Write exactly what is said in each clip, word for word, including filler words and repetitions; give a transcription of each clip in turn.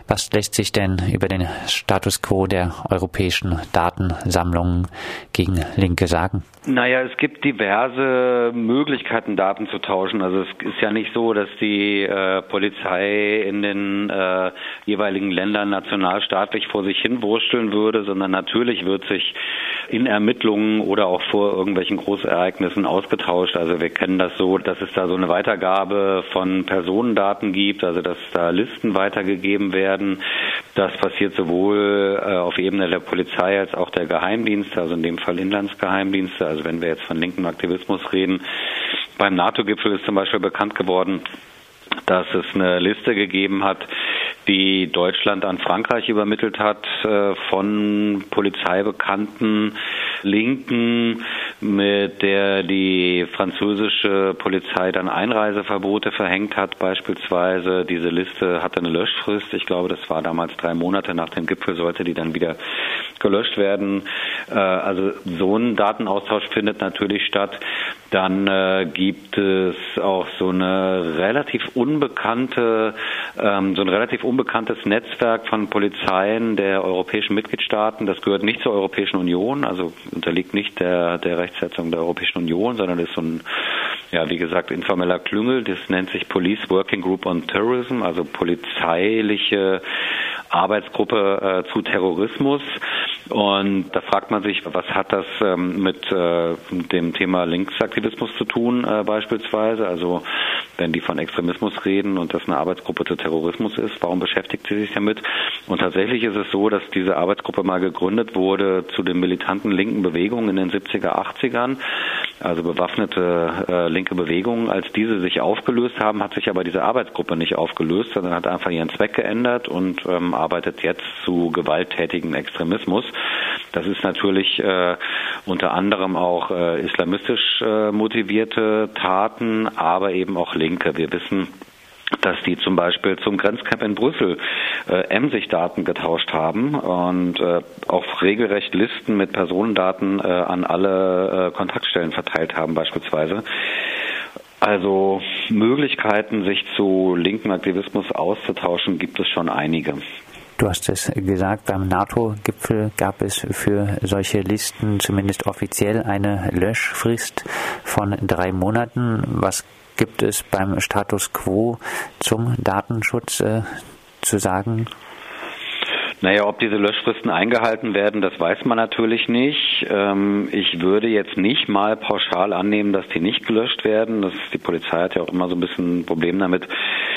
Was lässt sich denn über den Status quo der europäischen Datensammlungen gegen Linke sagen? Naja, es gibt diverse Möglichkeiten, Daten zu tauschen. Also es ist ja nicht so, dass die äh, Polizei in den äh, jeweiligen Ländern nationalstaatlich vor sich hin wursteln würde, sondern natürlich wird sich in Ermittlungen oder auch vor irgendwelchen Großereignissen ausgetauscht. Also wir kennen das so, dass es da so eine Weitergabe von Personendaten gibt, also dass da Listen weitergegeben werden. Das passiert sowohl äh, auf Ebene der Polizei als auch der Geheimdienste, also in dem Fall Inlandsgeheimdienste. Also wenn wir jetzt von linkem Aktivismus reden, beim NATO-Gipfel ist zum Beispiel bekannt geworden, dass es eine Liste gegeben hat, die Deutschland an Frankreich übermittelt hat, äh, von polizeibekannten Linken, mit der die französische Polizei dann Einreiseverbote verhängt hat beispielsweise. Diese Liste hatte eine Löschfrist. Ich glaube, das war damals drei Monate nach dem Gipfel, sollte die dann wieder gelöscht werden. Äh, also so ein Datenaustausch findet natürlich statt. Dann äh, gibt es auch so eine relativ unbekannte, ähm, so ein relativ unbekanntes Netzwerk von Polizeien der europäischen Mitgliedstaaten. Das gehört nicht zur Europäischen Union, also unterliegt nicht der, der Rechtsetzung der Europäischen Union, sondern ist so ein, ja, wie gesagt, informeller Klüngel. Das nennt sich Police Working Group on Terrorism, also polizeiliche Arbeitsgruppe äh, zu Terrorismus. Und da fragt man sich, was hat das ähm, mit äh, dem Thema Linksaktivismus zu tun äh, beispielsweise? Also wenn die von Extremismus reden und das eine Arbeitsgruppe zu Terrorismus ist, warum beschäftigt sie sich damit? Und tatsächlich ist es so, dass diese Arbeitsgruppe mal gegründet wurde zu den militanten linken Bewegungen in den siebziger, achtzigern, also bewaffnete äh, linke Bewegungen. Als diese sich aufgelöst haben, hat sich aber diese Arbeitsgruppe nicht aufgelöst, sondern hat einfach ihren Zweck geändert und ähm, arbeitet jetzt zu gewalttätigem Extremismus. Das ist natürlich äh, unter anderem auch äh, islamistisch äh, motivierte Taten, aber eben auch Linke. Wir wissen, dass die zum Beispiel zum Grenzcamp in Brüssel äh, Emsig-Daten getauscht haben und äh, auch regelrecht Listen mit Personendaten äh, an alle äh, Kontaktstellen verteilt haben beispielsweise. Also Möglichkeiten, sich zu linken Aktivismus auszutauschen, gibt es schon einige. Du hast es gesagt, beim NATO-Gipfel gab es für solche Listen zumindest offiziell eine Löschfrist von drei Monaten. Was gibt es beim Status quo zum Datenschutz äh, zu sagen? Naja, ob diese Löschfristen eingehalten werden, das weiß man natürlich nicht. Ähm, ich würde jetzt nicht mal pauschal annehmen, dass die nicht gelöscht werden. Das, die Polizei hat ja auch immer so ein bisschen ein Problem damit,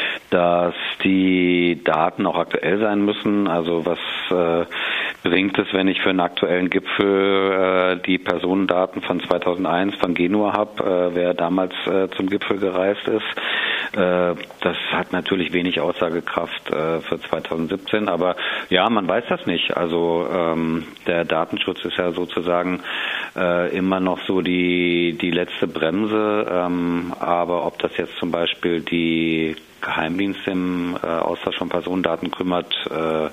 dass die Daten auch aktuell sein müssen. Also was äh, bringt es, wenn ich für einen aktuellen Gipfel äh, die Personendaten von zweitausendeins von Genua habe, äh, wer damals äh, zum Gipfel gereist ist? Äh, das hat natürlich wenig Aussagekraft äh, für zweitausendsiebzehn, aber ja, man weiß das nicht. Also ähm, der Datenschutz ist ja sozusagen äh, immer noch so die, die letzte Bremse, ähm, aber ob das jetzt zum Beispiel die Geheimdienste im äh, Austausch von Personendaten kümmert, äh,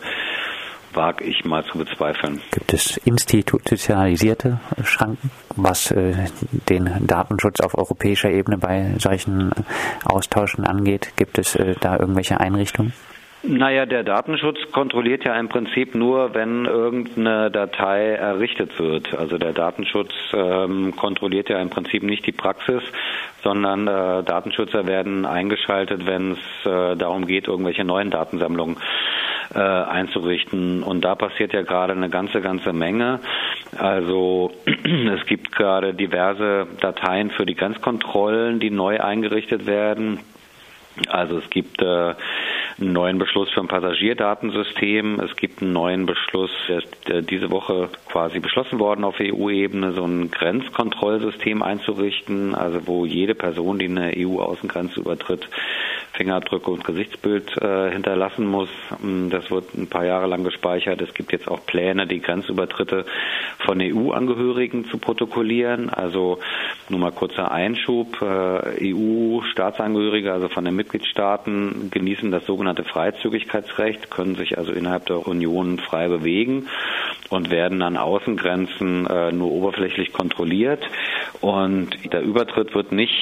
wage ich mal zu bezweifeln. Gibt es institutionalisierte Schranken, was äh, den Datenschutz auf europäischer Ebene bei solchen Austauschen angeht? Gibt es äh, da irgendwelche Einrichtungen? Naja, der Datenschutz kontrolliert ja im Prinzip nur, wenn irgendeine Datei errichtet wird. Also der Datenschutz ähm, kontrolliert ja im Prinzip nicht die Praxis, sondern äh, Datenschützer werden eingeschaltet, wenn es äh, darum geht, irgendwelche neuen Datensammlungen äh, einzurichten. Und da passiert ja gerade eine ganze, ganze Menge. Also es gibt gerade diverse Dateien für die Grenzkontrollen, die neu eingerichtet werden. Also es gibt äh, einen neuen Beschluss für ein Passagierdatensystem. Es gibt einen neuen Beschluss, der ist äh, diese Woche quasi beschlossen worden auf E U-Ebene, so ein Grenzkontrollsystem einzurichten, also wo jede Person, die eine E U-Außengrenze übertritt, Fingerabdrücke und Gesichtsbild äh, hinterlassen muss. Das wird ein paar Jahre lang gespeichert. Es gibt jetzt auch Pläne, die Grenzübertritte von E U-Angehörigen zu protokollieren. Also nur mal kurzer Einschub. Äh, E U-Staatsangehörige, also von den Mitgliedstaaten, genießen das sogenannte Freizügigkeitsrecht, können sich also innerhalb der Union frei bewegen und werden an Außengrenzen äh, nur oberflächlich kontrolliert. Und der Übertritt wird nicht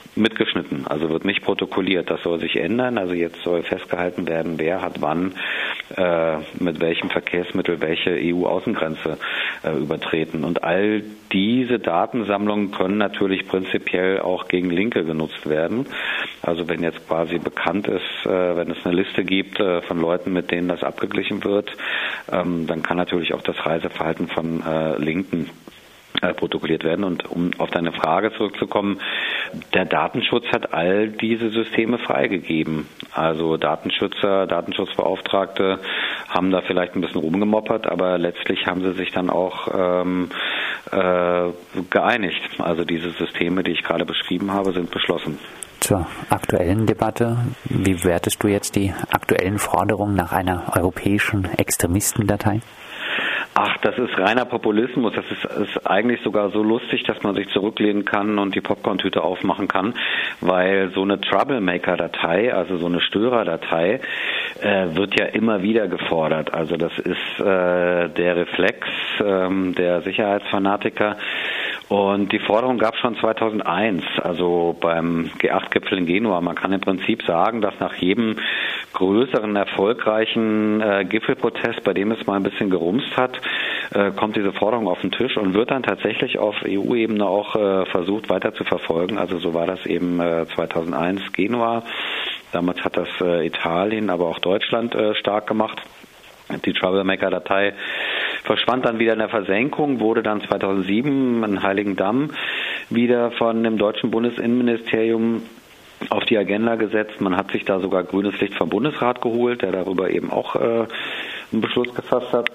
mitgeschnitten, also wird nicht protokolliert. Das soll sich ändern. Also jetzt soll festgehalten werden, wer hat wann äh, mit welchem Verkehrsmittel welche E U-Außengrenze äh, übertreten. Und all diese Datensammlungen können natürlich prinzipiell auch gegen Linke genutzt werden. Also wenn jetzt quasi bekannt ist, äh, wenn es eine Liste gibt äh, von Leuten, mit denen das abgeglichen wird, ähm, dann kann natürlich auch das Reiseverhalten von äh, Linken protokolliert werden. Und um auf deine Frage zurückzukommen, der Datenschutz hat all diese Systeme freigegeben. Also Datenschützer, Datenschutzbeauftragte haben da vielleicht ein bisschen rumgemoppert, aber letztlich haben sie sich dann auch ähm, äh, geeinigt. Also diese Systeme, die ich gerade beschrieben habe, sind beschlossen. Zur aktuellen Debatte. Wie wertest du jetzt die aktuellen Forderungen nach einer europäischen Extremistendatei? Ach, das ist reiner Populismus. Das ist, ist eigentlich sogar so lustig, dass man sich zurücklehnen kann und die Popcorn-Tüte aufmachen kann, weil so eine Troublemaker-Datei, also so eine Störerdatei, äh, wird ja immer wieder gefordert. Also das ist äh, der Reflex ähm, der Sicherheitsfanatiker. Und die Forderung gab es schon zweitausendeins, also beim G acht Gipfel in Genua. Man kann im Prinzip sagen, dass nach jedem größeren, erfolgreichen äh, Gipfelprotest, bei dem es mal ein bisschen gerumst hat, äh, kommt diese Forderung auf den Tisch und wird dann tatsächlich auf E U-Ebene auch äh, versucht weiter zu verfolgen. Also so war das eben äh, zweitausendeins Genua. Damals hat das äh, Italien, aber auch Deutschland äh, stark gemacht. Die Troublemaker-Datei verschwand dann wieder in der Versenkung, wurde dann zweitausendsieben in Heiligendamm wieder von dem deutschen Bundesinnenministerium auf die Agenda gesetzt. Man hat sich da sogar grünes Licht vom Bundesrat geholt, der darüber eben auch äh, einen Beschluss gefasst hat.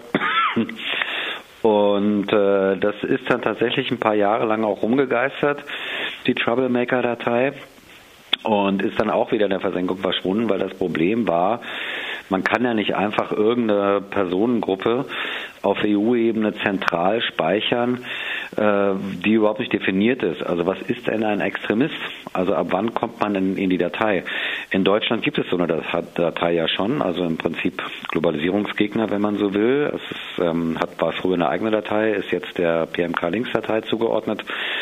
Und äh, das ist dann tatsächlich ein paar Jahre lang auch rumgegeistert, die Troublemaker-Datei, und ist dann auch wieder in der Versenkung verschwunden, weil das Problem war, man kann ja nicht einfach irgendeine Personengruppe auf E U-Ebene zentral speichern, äh, die überhaupt nicht definiert ist. Also was ist denn ein Extremist? Also ab wann kommt man in, in die Datei? In Deutschland gibt es so eine Datei ja schon, also im Prinzip Globalisierungsgegner, wenn man so will. Es ist, ähm, hat, war früher eine eigene Datei, ist jetzt der P M K-Links-Datei zugeordnet.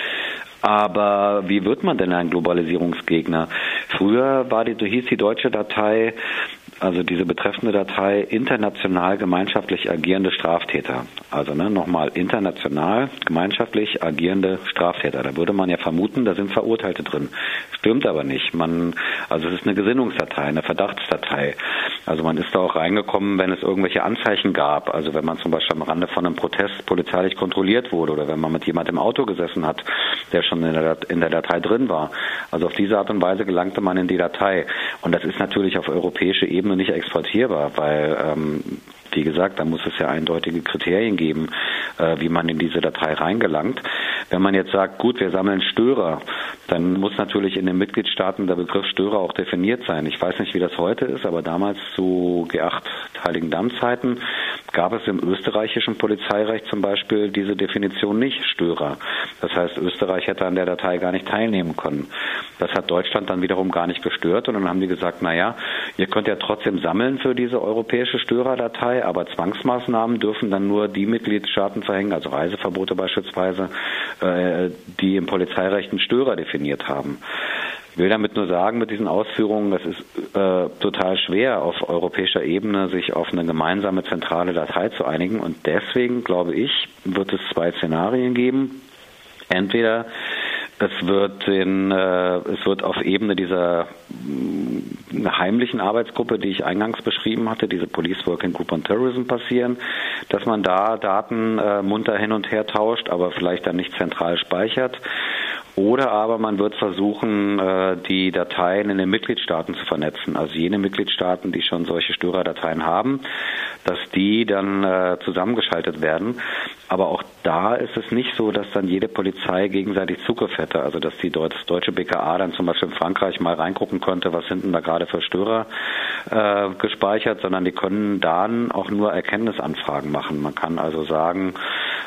Aber wie wird man denn ein Globalisierungsgegner? Früher war die, hieß die deutsche Datei, also diese betreffende Datei, international gemeinschaftlich agierende Straftäter. Also ne, nochmal, international gemeinschaftlich agierende Straftäter. Da würde man ja vermuten, da sind Verurteilte drin. Stimmt aber nicht. Man, also es ist eine Gesinnungsdatei, eine Verdachtsdatei. Also man ist da auch reingekommen, wenn es irgendwelche Anzeichen gab. Also wenn man zum Beispiel am Rande von einem Protest polizeilich kontrolliert wurde oder wenn man mit jemandem im Auto gesessen hat, der schon in der, in der Datei drin war. Also auf diese Art und Weise gelangte man in die Datei. Und das ist natürlich auf europäischer Ebene nicht exportierbar, weil, ähm, wie gesagt, da muss es ja eindeutige Kriterien geben, äh, wie man in diese Datei reingelangt. Wenn man jetzt sagt, gut, wir sammeln Störer, dann muss natürlich in den Mitgliedstaaten der Begriff Störer auch definiert sein. Ich weiß nicht, wie das heute ist, aber damals zu G acht Heiligendamm-Zeiten gab es im österreichischen Polizeirecht zum Beispiel diese Definition nicht, Störer. Das heißt, Österreich hätte an der Datei gar nicht teilnehmen können. Das hat Deutschland dann wiederum gar nicht gestört und dann haben die gesagt, naja, ihr könnt ja trotzdem sammeln für diese europäische Störerdatei, aber Zwangsmaßnahmen dürfen dann nur die Mitgliedstaaten verhängen, also Reiseverbote beispielsweise, äh, die im Polizeirecht einen Störer definiert haben. Ich will damit nur sagen, mit diesen Ausführungen, das ist äh, total schwer auf europäischer Ebene, sich auf eine gemeinsame zentrale Datei zu einigen. Und deswegen, glaube ich, wird es zwei Szenarien geben. Entweder es wird, in, äh, es wird auf Ebene dieser äh, heimlichen Arbeitsgruppe, die ich eingangs beschrieben hatte, diese Police Working Group on Terrorism passieren, dass man da Daten äh, munter hin und her tauscht, aber vielleicht dann nicht zentral speichert. Oder aber man wird versuchen, die Dateien in den Mitgliedstaaten zu vernetzen. Also jene Mitgliedstaaten, die schon solche Störerdateien haben, dass die dann zusammengeschaltet werden. Aber auch da ist es nicht so, dass dann jede Polizei gegenseitig Zugriff hätte. Also dass die deutsche B K A dann zum Beispiel in Frankreich mal reingucken könnte, was sind denn da gerade für Störer äh, gespeichert, sondern die können dann auch nur Erkenntnisanfragen machen. Man kann also sagen,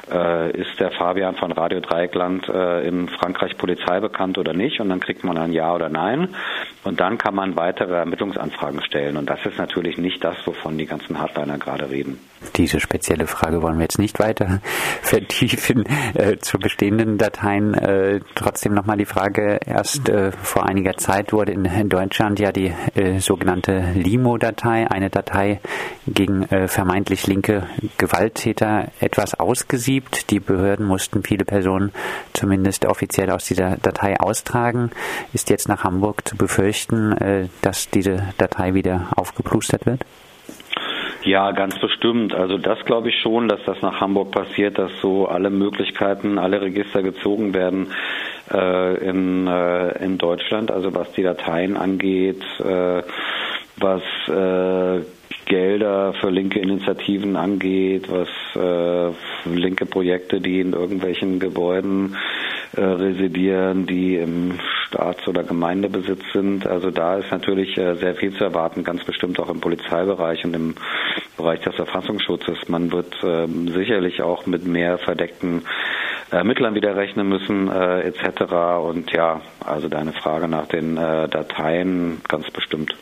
äh, ist der Fabian von Radio Dreieckland äh, in Frankreich Polizei bekannt oder nicht? Und dann kriegt man ein Ja oder Nein. Und dann kann man weitere Ermittlungsanfragen stellen. Und das ist natürlich nicht das, wovon die ganzen Hardliner gerade reden. Diese spezielle Frage wollen wir jetzt nicht weiter vertiefen äh, zu bestehenden Dateien. Äh, trotzdem nochmal die Frage, erst äh, vor einiger Zeit wurde in, in Deutschland ja die äh, sogenannte Limo-Datei, eine Datei gegen äh, vermeintlich linke Gewalttäter, etwas ausgesiebt. Die Behörden mussten viele Personen zumindest offiziell aus dieser Datei austragen. Ist jetzt nach Hamburg zu befürchten, äh, dass diese Datei wieder aufgeplustert wird? Ja, ganz bestimmt. Also das glaube ich schon, dass das nach Hamburg passiert, dass so alle Möglichkeiten, alle Register gezogen werden äh, in, äh, in Deutschland. Also was die Dateien angeht, äh, was äh, Gelder für linke Initiativen angeht, was äh, linke Projekte, die in irgendwelchen Gebäuden äh, residieren, die im Staats- oder Gemeindebesitz sind. Also da ist natürlich äh, sehr viel zu erwarten, ganz bestimmt auch im Polizeibereich und im Bereich des Verfassungsschutzes. Man wird äh, sicherlich auch mit mehr verdeckten Ermittlern wieder rechnen müssen, äh, et cetera. Und ja, also deine Frage nach den äh, Dateien ganz bestimmt.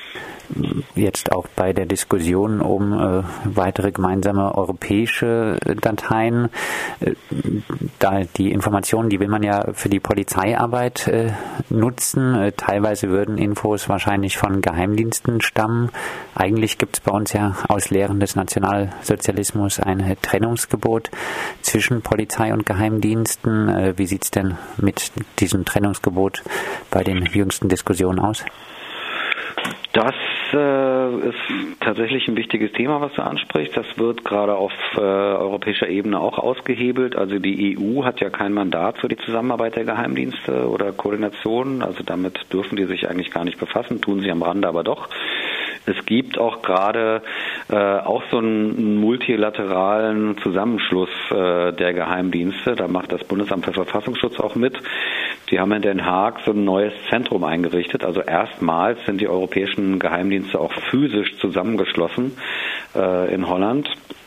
Jetzt auch bei der Diskussion um äh, weitere gemeinsame europäische äh, Dateien. Äh, da die Informationen, die will man ja für die Polizeiarbeit äh, nutzen. Äh, teilweise würden Infos wahrscheinlich von Geheimdiensten stammen. Eigentlich gibt es bei uns ja aus Lehren des Nationalsozialismus ein Trennungsgebot zwischen Polizei und Geheimdiensten. Äh, wie sieht es denn mit diesem Trennungsgebot bei den jüngsten Diskussionen aus? Das äh, ist tatsächlich ein wichtiges Thema, was du ansprichst. Das wird gerade auf äh, europäischer Ebene auch ausgehebelt. Also die E U hat ja kein Mandat für die Zusammenarbeit der Geheimdienste oder Koordination. Also damit dürfen die sich eigentlich gar nicht befassen, tun sie am Rande aber doch. Es gibt auch gerade äh, auch so einen multilateralen Zusammenschluss äh, der Geheimdienste. Da macht das Bundesamt für Verfassungsschutz auch mit. Die haben in Den Haag so ein neues Zentrum eingerichtet. Also erstmals sind die europäischen Geheimdienste auch physisch zusammengeschlossen äh, in Holland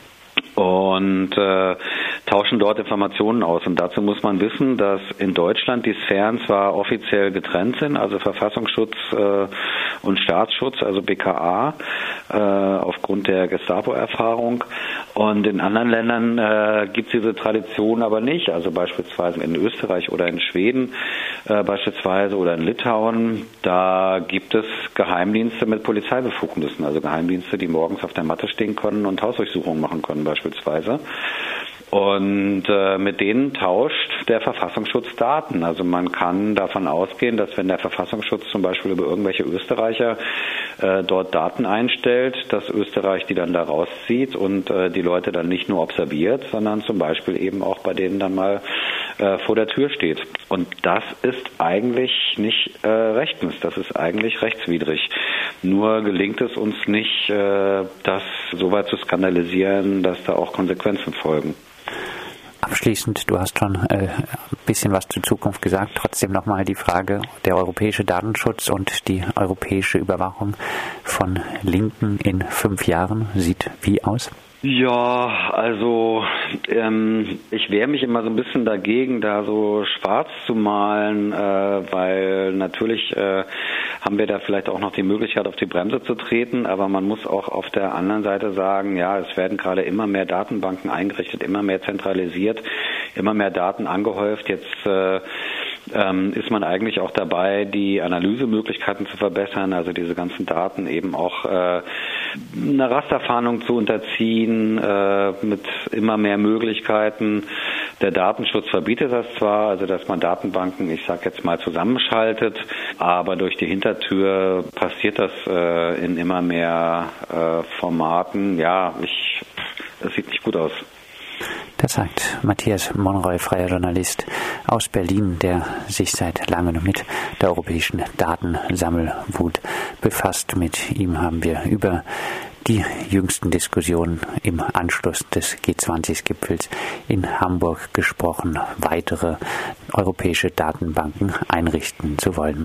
und äh, tauschen dort Informationen aus. Und dazu muss man wissen, dass in Deutschland die Sphären zwar offiziell getrennt sind, also Verfassungsschutz äh, und Staatsschutz, also B K A, äh, aufgrund der Gestapo-Erfahrung. Und in anderen Ländern äh, gibt es diese Tradition aber nicht. Also beispielsweise in Österreich oder in Schweden äh, beispielsweise oder in Litauen, da gibt es Geheimdienste mit Polizeibefugnissen, also Geheimdienste, die morgens auf der Matte stehen können und Hausdurchsuchungen machen können beispielsweise. Und äh, mit denen tauscht der Verfassungsschutz Daten. Also man kann davon ausgehen, dass wenn der Verfassungsschutz zum Beispiel über irgendwelche Österreicher äh, dort Daten einstellt, dass Österreich die dann da rauszieht und äh, die Leute dann nicht nur observiert, sondern zum Beispiel eben auch bei denen dann mal äh, vor der Tür steht. Und das ist eigentlich nicht äh, rechtens, das ist eigentlich rechtswidrig. Nur gelingt es uns nicht, äh, das so weit zu skandalisieren, dass da auch Konsequenzen folgen. Abschließend, du hast schon äh, ein bisschen was zur Zukunft gesagt. Trotzdem nochmal die Frage, der europäische Datenschutz und die europäische Überwachung von Linken in fünf Jahren sieht wie aus? Ja, also ähm, ich wehre mich immer so ein bisschen dagegen, da so schwarz zu malen, äh, weil natürlich äh, haben wir da vielleicht auch noch die Möglichkeit, auf die Bremse zu treten, aber man muss auch auf der anderen Seite sagen, ja, es werden gerade immer mehr Datenbanken eingerichtet, immer mehr zentralisiert, immer mehr Daten angehäuft. Jetzt äh, ähm, ist man eigentlich auch dabei, die Analysemöglichkeiten zu verbessern, also diese ganzen Daten eben auch äh, einer Rasterfahndung zu unterziehen, äh, mit immer mehr Möglichkeiten. Der Datenschutz verbietet das zwar, also dass man Datenbanken, ich sage jetzt mal, zusammenschaltet, aber durch die Hintertür passiert das äh, in immer mehr äh, Formaten. Ja, ich, das sieht nicht gut aus. Das sagt Matthias Monroy, freier Journalist aus Berlin, der sich seit langem mit der europäischen Datensammelwut befasst. Mit ihm haben wir über die jüngsten Diskussionen im Anschluss des G zwanzig-Gipfels in Hamburg gesprochen, weitere europäische Datenbanken einrichten zu wollen.